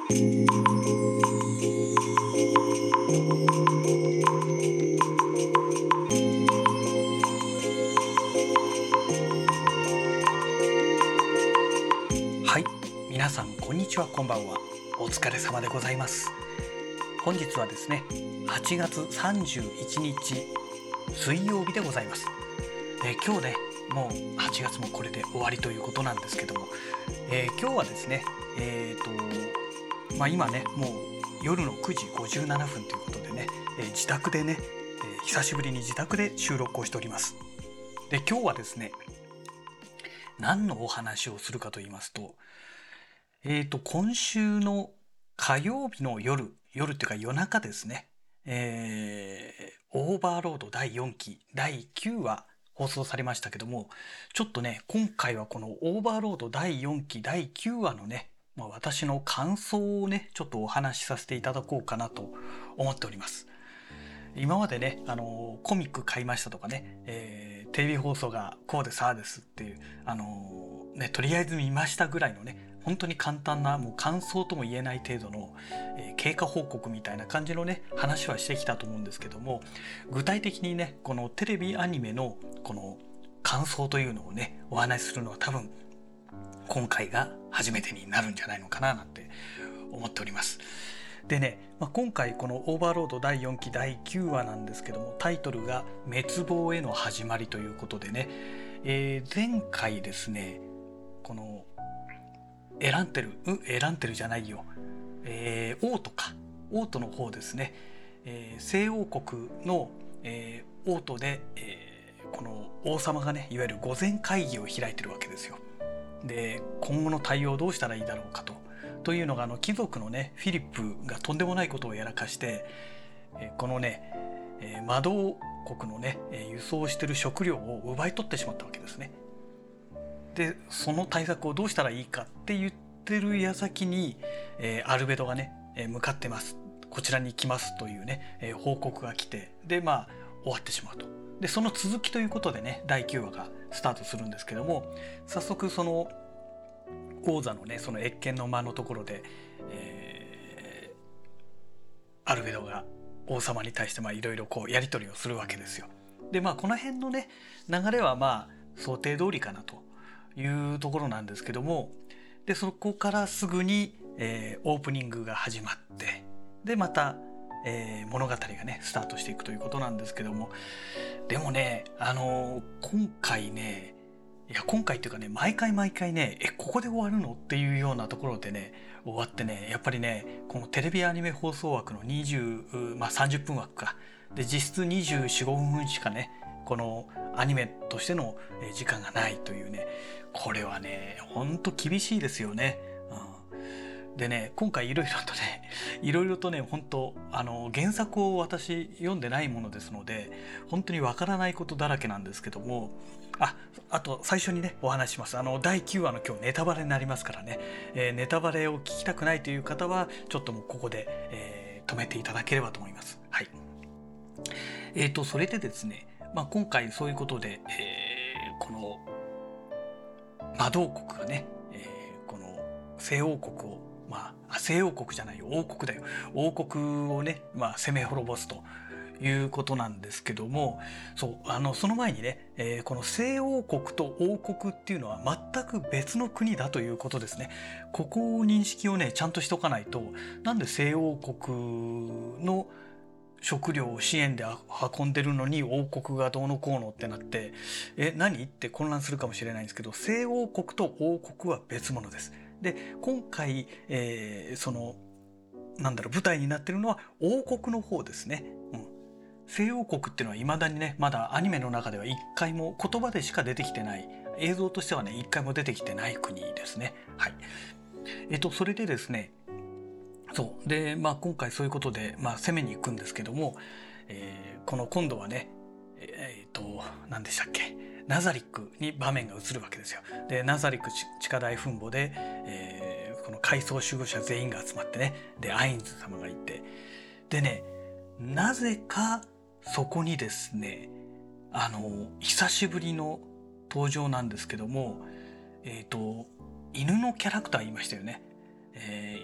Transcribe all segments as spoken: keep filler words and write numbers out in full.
はい、皆さんこんにちは、こんばんは。お疲れ様でございます。本日はですね、はちがつさんじゅういちにち水曜日でございます。えー今日ね、もうはちがつもこれで終わりということなんですけども、えー今日はですね、えーとまあ今ね、もう夜のくじごじゅうななふんということでね、えー自宅でね、えー久しぶりに自宅で収録をしております。で、今日はですね、何のお話をするかと言いますと、えーと、今週の火曜日の夜、夜っていうか夜中ですね、えーオーバーロードだいよんきだいきゅうわ放送されましたけども、ちょっとね、今回はこのオーバーロードだいよんきだいきゅうわのね、まあ、私の感想をね、ちょっとお話しさせていただこうかなと思っております。今までね、あのコミック買いましたとかね、えーテレビ放送がこうですああですっていう、あのね、とりあえず見ましたぐらいのね、本当に簡単な、もう感想とも言えない程度の、えー経過報告みたいな感じのね、話はしてきたと思うんですけども、具体的にね、このテレビアニメのこの感想というのをね、お話しするのは多分今回が初めてになるんじゃないのかななんて思っております。でね、まあ、今回このオーバーロードだいよんきだいきゅうわなんですけども、タイトルが滅亡への始まりということでね、えー前回ですね、このエランテル、うエランテルじゃないよ、えー、オートか、オートの方ですね、えー西王国の、えーオートで、えーこの王様がね、いわゆる御前会議を開いてるわけですよ。で、今後の対応をどうしたらいいだろうかと。というのが、あの貴族のね、フィリップがとんでもないことをやらかして、えーこのね、えー魔導国のね、えー輸送してる食料を奪い取ってしまったわけですね。で、その対策をどうしたらいいかって言ってる矢先に、えーアルベドがね、えー向かってます。こちらに来ますというね、えー報告が来て、で、まあ、終わってしまうと。で、その続きということでね、だいきゅうわがスタートするんですけども、早速その王座のね、その謁見の間のところで、えーアルベドが王様に対してまあいろいろこうやり取りをするわけですよ。で、まあこの辺のね、流れはまあ想定通りかなというところなんですけども、でそこからすぐに、えーオープニングが始まって、でまた、えー物語がねスタートしていくということなんですけども、でもね、あのー今回ね、いや今回っていうかね、毎回毎回ね、えここで終わるのっていうようなところでね終わってね、やっぱりね、このテレビアニメ放送枠のにじゅう、まあ、さんじゅっぷん枠かで、実質にじゅうよん、ごふんしかね、このアニメとしてのえー時間がないというね、これはねほんと厳しいですよね。うん、でね、今回いろいろとね、いろいろとね、本当あの原作を私読んでないものですので、本当にわからないことだらけなんですけども、あ、あと最初にねお話しします。あのだいきゅうわの今日ネタバレになりますからね、えーネタバレを聞きたくないという方はちょっともうここで、えー止めていただければと思います。はい。えーとそれでですね、まあ、今回そういうことで、えーこの魔導国がね、えーこの西王国を、まあ、あ西王国じゃないよ、王国だよ、王国をね、まあ、攻め滅ぼすということなんですけども、そうあのその前にね、えーこの西王国と王国っていうのは全く別の国だということですね。ここを認識をねちゃんとしとかないと、なんで西王国の食料を支援で運んでるのに王国がどうのこうのってなって、え何って混乱するかもしれないんですけど、西王国と王国は別物です。で今回、えーそのなんだろう舞台になってるのは王国の方ですね。うん、西王国っていうのは未だにね、まだアニメの中では一回も言葉でしか出てきてない、映像としてはね一回も出てきてない国ですね。はい。えっとそれでですね、そうで、まあ、今回そういうことで、まあ、攻めに行くんですけども、えーこの今度はね、えーっと何でしたっけ、ナザリックに場面が移るわけですよ。でナザリック地下大墳墓で、えーこの階層守護者全員が集まってね、でアインズ様がいて、でね、なぜかそこにですね、あの久しぶりの登場なんですけども、えーっと犬のキャラクターいましたよね。え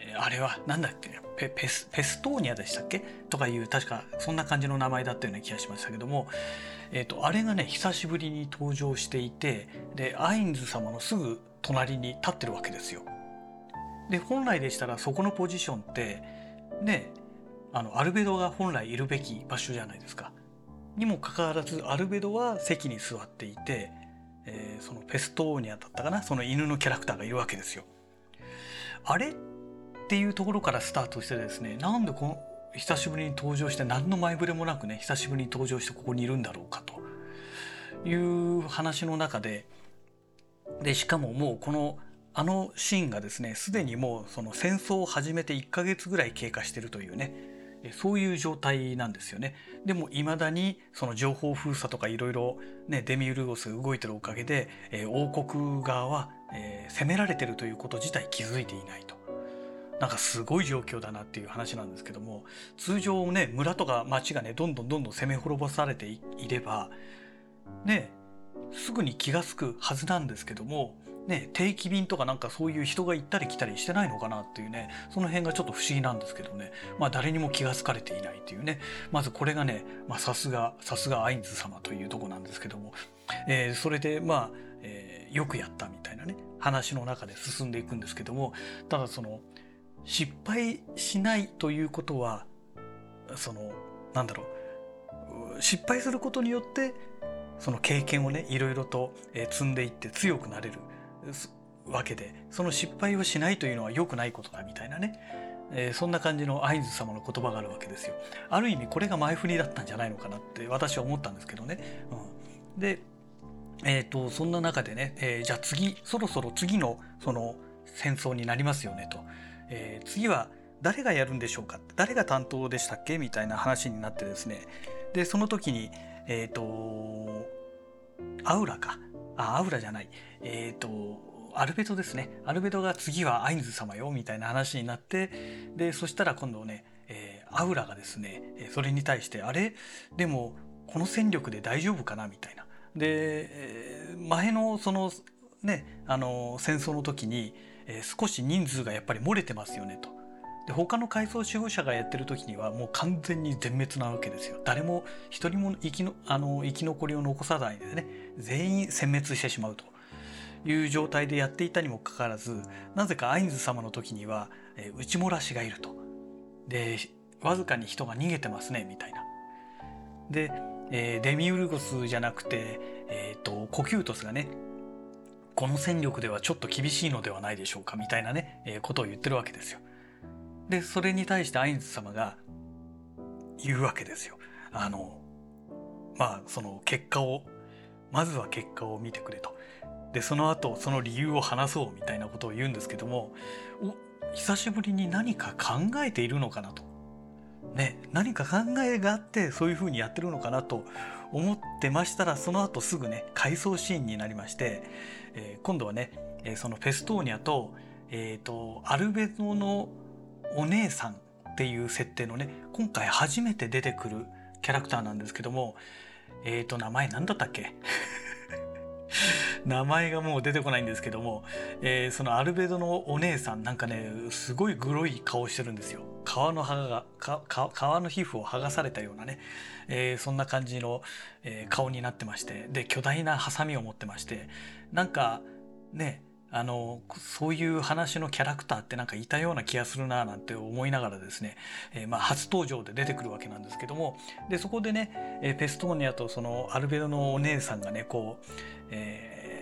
あれはなんだっけ、ペペスペストーニャでしたっけとかいう、確かそんな感じの名前だったような気がしましたけども、えーと、あれがね久しぶりに登場していて、でアインズ様のすぐ隣に立ってるわけですよ。で本来でしたらそこのポジションってね、あのアルベドが本来いるべき場所じゃないですか。にもかかわらずアルベドは席に座っていて、えーそのペストーニャだったかな、その犬のキャラクターがいるわけですよ。あれっていうところからスタートしてですね、なんでこの久しぶりに登場して何の前触れもなくね久しぶりに登場してここにいるんだろうかという話の中で、でしかももうこのあのシーンがですねすでにもうその戦争を始めていっかげつぐらい経過しているというね、そういう状態なんですよね。でも未だにその情報封鎖とかいろいろねデミウルゴスが動いてるおかげで、えー王国側は、えー攻められてるということ自体気づいていないと。なんかすごい状況だなっていう話なんですけども、通常ね村とか町がねどんどんどんどん攻め滅ぼされていればねすぐに気が付くはずなんですけども、ね、定期便とかなんかそういう人が行ったり来たりしてないのかなっていうね、その辺がちょっと不思議なんですけどね、まあ誰にも気が付かれていないっていうね、まずこれがね、まあさすが、さすがアインズ様というとこなんですけども、えーそれでまあ、えーよくやったみたいなね、話の中で進んでいくんですけども、ただその、失敗しないということは、その、なんだろう、失敗することによって、その経験をねいろいろとえー積んでいって強くなれるすわけで、その失敗をしないというのは良くないことだみたいなね、えーそんな感じのアインズ様の言葉があるわけですよ。ある意味これが前振りだったんじゃないのかなって私は思ったんですけどね。うん、で、えー、とそんな中でね、えーじゃあ次そろそろ次のその戦争になりますよねと、えー次は誰がやるんでしょうか、誰が担当でしたっけみたいな話になってですね、でその時にえっ、とアウラかあアウラじゃないえっ、とアルベドですね、アルベドが次はアインズ様よみたいな話になって、でそしたら今度ね、えーアウラがですねえーそれに対してあれでもこの戦力で大丈夫かなみたいな、で、えー前のそのねあの戦争の時に、えー少し人数がやっぱり漏れてますよねと。で他の階層守護者がやってる時にはもう完全に全滅なわけですよ。誰も一人も生きのあの生き残りを残さないでね全員殲滅してしまうという状態でやっていたにもかかわらず、なぜかアインズ様の時には、えー内漏らしがいると。でわずかに人が逃げてますねみたいな。で、えーデミウルゴスじゃなくて、えー、とコキュートスがねこの戦力ではちょっと厳しいのではないでしょうかみたいなね、えーことを言ってるわけですよ。でそれに対してアインズ様が言うわけですよ。あのまあその結果をまずは結果を見てくれと。でその後その理由を話そうみたいなことを言うんですけども、お久しぶりに何か考えているのかなと。ね、何か考えがあってそういう風にやってるのかなと思ってましたら、その後すぐね回想シーンになりまして、えー今度はね、えーそのフェストーニャと,、えーとアルベドのお姉さんっていう設定のね今回初めて出てくるキャラクターなんですけども、えーと名前何だったっけ名前がもう出てこないんですけども、えーそのアルベドのお姉さんなんかねすごいグロい顔してるんですよ。皮の剥がかか皮の皮膚を剥がされたようなね、えーそんな感じの、えー顔になってまして、で巨大なハサミを持ってまして、なんかねあのそういう話のキャラクターってなんかいたような気がするななんて思いながらですね、えーまあ、初登場で出てくるわけなんですけども、でそこでね、えーペストーニャとそのアルベドのお姉さんがねこう、えー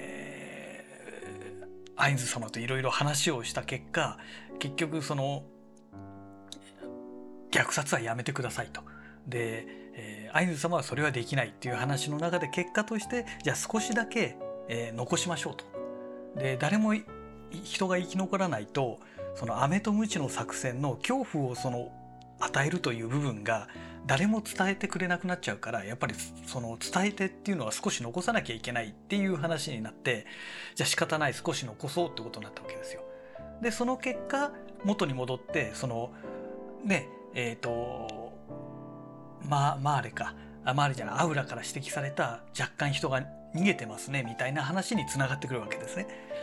アインズ様といろいろ話をした結果、結局その虐殺はやめてくださいと。で、えーアインズ様はそれはできないっていう話の中で結果としてじゃあ少しだけ、えー残しましょうと。で誰もい人が生き残らないとその飴と鞭の作戦の恐怖をその与えるという部分が誰も伝えてくれなくなっちゃうから、やっぱりその伝えてっていうのは少し残さなきゃいけないっていう話になって、じゃあ仕方ない少し残そうってことになったわけですよ。でその結果元に戻ってそのねえっ、とまマーレかあマーレじゃないアウラから指摘された若干人が逃げてますねみたいな話につながってくるわけですね。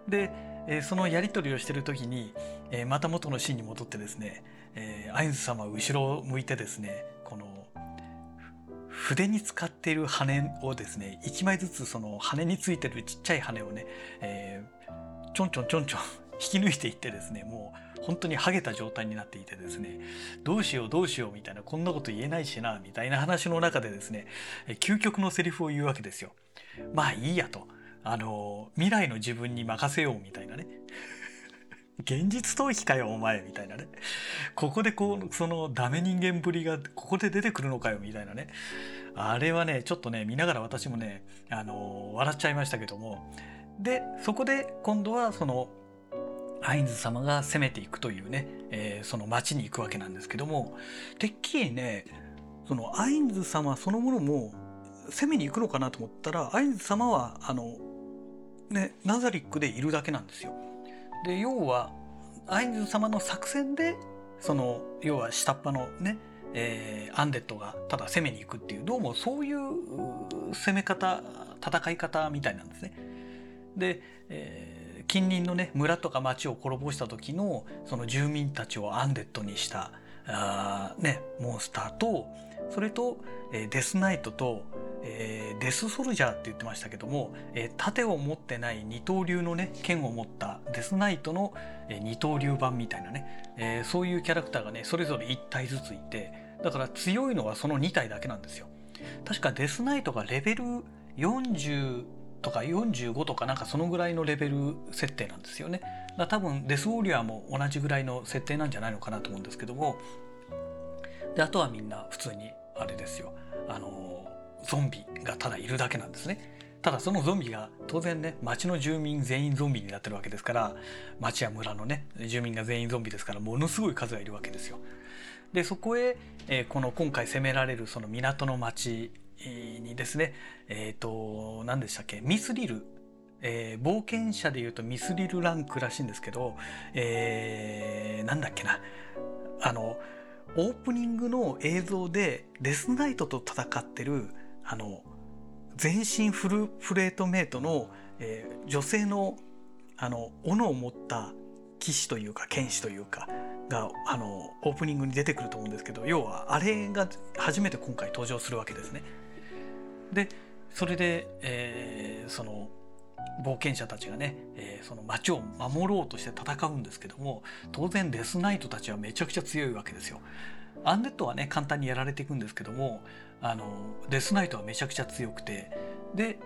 で、えー、そのやり取りをしてる時に、えー、また元のシーンに戻ってですね、えー、アインズ様は後ろを向いてですね、この筆に使っている羽をですね、いちまいずつその羽についてるちっちゃい羽をね、えー、ちょんちょんちょんちょん引き抜いていってですね、もう本当に剥げた状態になっていてですね、どうしようどうしようみたいな、こんなこと言えないしなみたいな話の中でですね、究極のセリフを言うわけですよ。まあいいやと、あの未来の自分に任せようみたいなね。現実逃避かよお前みたいなね。ここでこうそのダメ人間ぶりがここで出てくるのかよみたいなね。あれはねちょっとね見ながら私もね、あの笑っちゃいましたけども、でそこで今度はそのアインズ様が攻めていくというね、えー、その町に行くわけなんですけども、てっきりねそのアインズ様そのものも攻めに行くのかなと思ったら、アインズ様はあのねナザリックでいるだけなんですよ。で要はアインズ様の作戦でその要は下っ端のね、えー、アンデッドがただ攻めに行くっていう、どうもそういう攻め方戦い方みたいなんですね。で、えー、近隣のね村とか町を滅ぼした時のその住民たちをアンデッドにしたあ、ね、モンスターと、それと、えー、デスナイトと、えー、デスソルジャーって言ってましたけども、えー、盾を持ってない二刀流のね剣を持ったデスナイトの、えー、二刀流版みたいなね、えー、そういうキャラクターがねそれぞれいち体ずついて、だから強いのはそのに体だけなんですよ。確かデスナイトがレベルよんじゅうとかよんじゅうごとかなんかそのぐらいのレベル設定なんですよね。だから多分デスウォーリアーも同じぐらいの設定なんじゃないのかなと思うんですけども、であとはみんな普通にあれですよ、あのゾンビがただいるだけなんですね。ただそのゾンビが当然ね町の住民全員ゾンビになってるわけですから、町や村のね住民が全員ゾンビですから、ものすごい数がいるわけですよ。でそこへ、えー、この今回攻められるその港の町にですね、えっ、ー、と何でしたっけ、ミスリル、えー、冒険者でいうとミスリルランクらしいんですけど、えー、なんだっけな、あのオープニングの映像でデスナイトと戦ってるあの全身フルプレートメイトの、えー、女性のあの斧を持った騎士というか剣士というかがあのオープニングに出てくると思うんですけど、要はあれが初めて今回登場するわけですね。でそれで、えー、その冒険者たちがね、えー、その町を守ろうとして戦うんですけども、当然デスナイトたちはめちゃくちゃ強いわけですよ。アンデッドはね簡単にやられていくんですけども、あのデスナイトはめちゃくちゃ強くて、で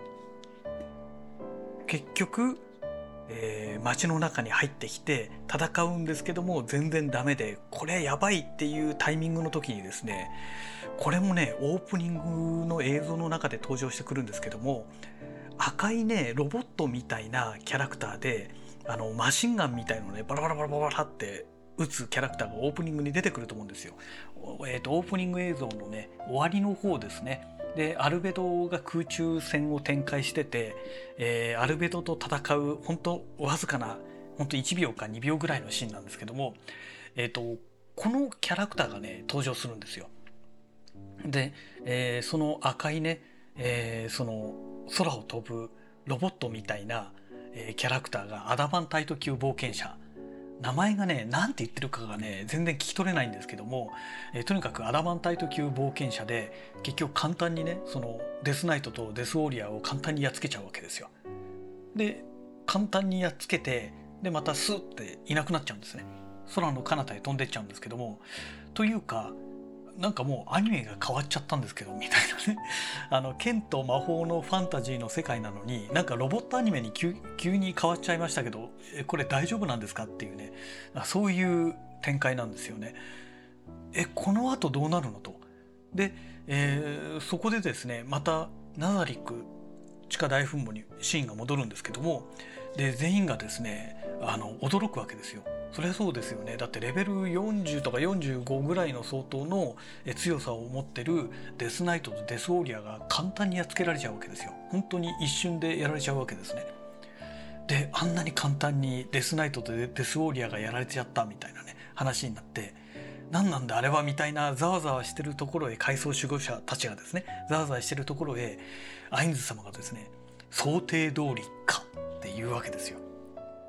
結局、えー、町の中に入ってきて戦うんですけども全然ダメで、これやばいっていうタイミングの時にですね、これもねオープニングの映像の中で登場してくるんですけども、赤いねロボットみたいなキャラクターで、あのマシンガンみたいのをねバラバラバラバラって撃つキャラクターがオープニングに出てくると思うんですよ。えーと、オープニング映像のね終わりの方ですね。でアルベドが空中戦を展開してて、えー、アルベドと戦う本当わずかな本当いちびょうかにびょうぐらいのシーンなんですけども、えーとこのキャラクターがね登場するんですよ。で、えー、その赤いね、えー、その空を飛ぶロボットみたいな、えー、キャラクターがアダマンタイト級冒険者、名前がね何て言ってるかがね全然聞き取れないんですけども、えー、とにかくアダマンタイト級冒険者で、結局簡単にねそのデスナイトとデスウォーリアーを簡単にやっつけちゃうわけですよ。で簡単にやっつけて、でまたスッていなくなっちゃうんですね。空の彼方へ飛んでっちゃうんですけども、というかなんかもうアニメが変わっちゃったんですけどみたいなねあの剣と魔法のファンタジーの世界なのに、なんかロボットアニメに 急, 急に変わっちゃいましたけど、えこれ大丈夫なんですかっていうね、そういう展開なんですよね。えこの後どうなるのと。で、えー、そこでですねまたナザリック地下大墳墓にシーンが戻るんですけども、で全員がですねあの驚くわけですよ。そりゃそうですよね。だってレベルよんじゅうとかよんじゅうごぐらいの相当の強さを持ってるデスナイトとデスウォーリアーが簡単にやっつけられちゃうわけですよ。本当に一瞬でやられちゃうわけですね。であんなに簡単にデスナイトとデスウォーリアーがやられちゃったみたいなね話になって、何なんだあれはみたいなざわざわしてるところへ、階層守護者たちがですねざわざわしてるところへアインズ様がですね想定通りかっていうわけですよ。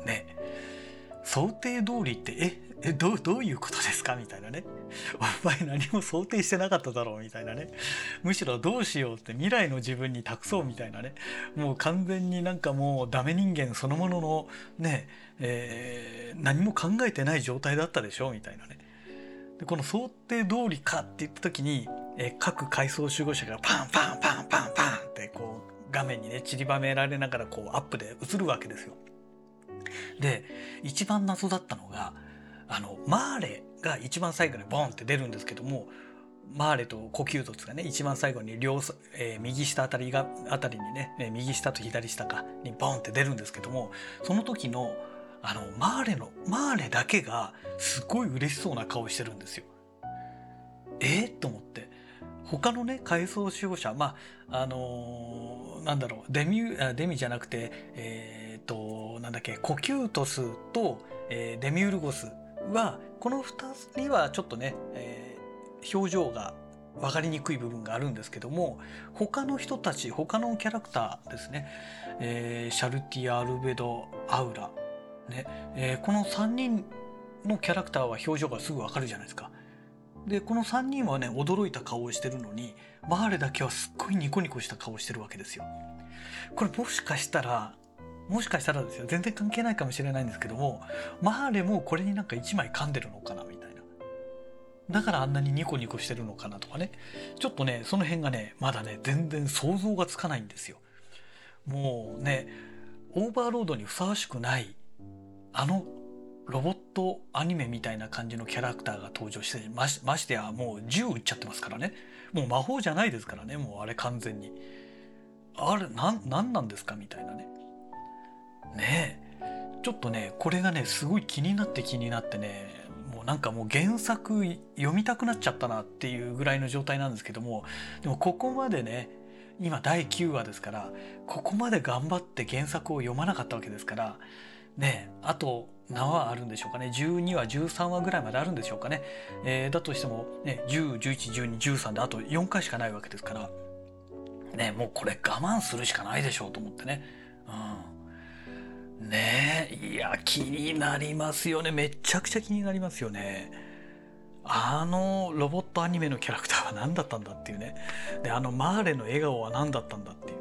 ね、想定通りってええどうどういうことですかみたいなね。お前何も想定してなかっただろうみたいなね。むしろどうしようって未来の自分に託そうみたいなね。もう完全になんかもうダメ人間そのもののね、えー何も考えてない状態だったでしょみたいなね。でこの想定通りかって言った時に、えー各階層守護者がパンパンパンパンパンってこう画面にね散りばめられながらこうアップで映るわけですよ。で一番謎だったのがあのマーレが一番最後にボンって出るんですけども、マーレと呼吸凸がね一番最後に両、えー右下あたりがあたりにね、えー右下と左下かにボンって出るんですけども、その時のあのマーレのマーレだけがすごい嬉しそうな顔してるんですよ。えー、と思って。他のね階層守護者、まああのーなんだろうデミュあデミじゃなくてえっ、となんだっけコキュートスと、えーデミウルゴスはこのふたつにはちょっとね、えー表情が分かりにくい部分があるんですけども、他の人たち他のキャラクターですね、えーシャルティア・アルベド・アウラ、ねえーこのさんにんのキャラクターは表情がすぐ分かるじゃないですか。でこのさんにんはね驚いた顔をしてるのにマーレだけはすっごいニコニコした顔をしてるわけですよ。これもしかしたらもしかしたらですよ、全然関係ないかもしれないんですけども、マーレもこれになんか一枚噛んでるのかなみたいな、だからあんなにニコニコしてるのかなとかね、ちょっとねその辺がねまだね全然想像がつかないんですよ。もうねオーバーロードにふさわしくないあのロボットアニメみたいな感じのキャラクターが登場してまし、ましてやもう銃撃っちゃってますからね。もう魔法じゃないですからね、もうあれ完全に。あれなんなんなんですかみたいなね。ねえちょっとねこれがねすごい気になって気になってね、もうなんかもう原作読みたくなっちゃったなっていうぐらいの状態なんですけども、でもここまでね今だいきゅうわですから、ここまで頑張って原作を読まなかったわけですからね、あと何話あるんでしょうかね、じゅうにわじゅうさんわぐらいまであるんでしょうかね、えーだとしても、ね、じゅう、じゅういち、じゅうに、じゅうさんであとよんかいしかないわけですからね、もうこれ我慢するしかないでしょうと思ってね、うん、ねえいや気になりますよね、めちゃくちゃ気になりますよね。あのロボットアニメのキャラクターは何だったんだっていうね、であのマーレの笑顔は何だったんだっていう、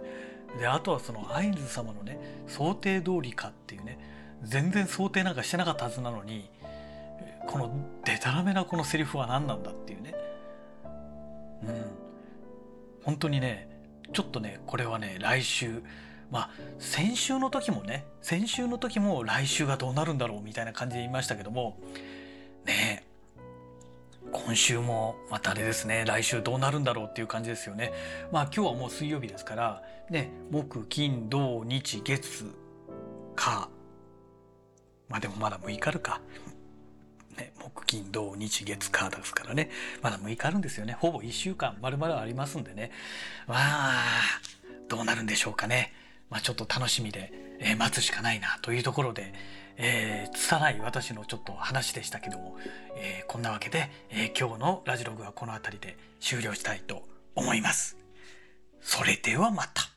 であとはそのアインズ様のね想定通りかっていうね、全然想定なんかしてなかったはずなのにこのデタラメなこのセリフは何なんだっていうね、うん本当にねちょっとねこれはね来週、まあ先週の時もね先週の時も来週がどうなるんだろうみたいな感じで言いましたけどもね、今週もまたあれですね、来週どうなるんだろうっていう感じですよね。まあ今日はもう水曜日ですからね、木金土日月火、まあでもまだむいかあるか、ね、木金土日月火ですからね、まだむいかあるんですよね。ほぼいっしゅうかん丸々ありますんでね、まあどうなるんでしょうかね。まあちょっと楽しみで、えー待つしかないなというところで、えー、拙い私のちょっと話でしたけども、えーこんなわけで、えー今日のラジログはこの辺りで終了したいと思います。それではまた。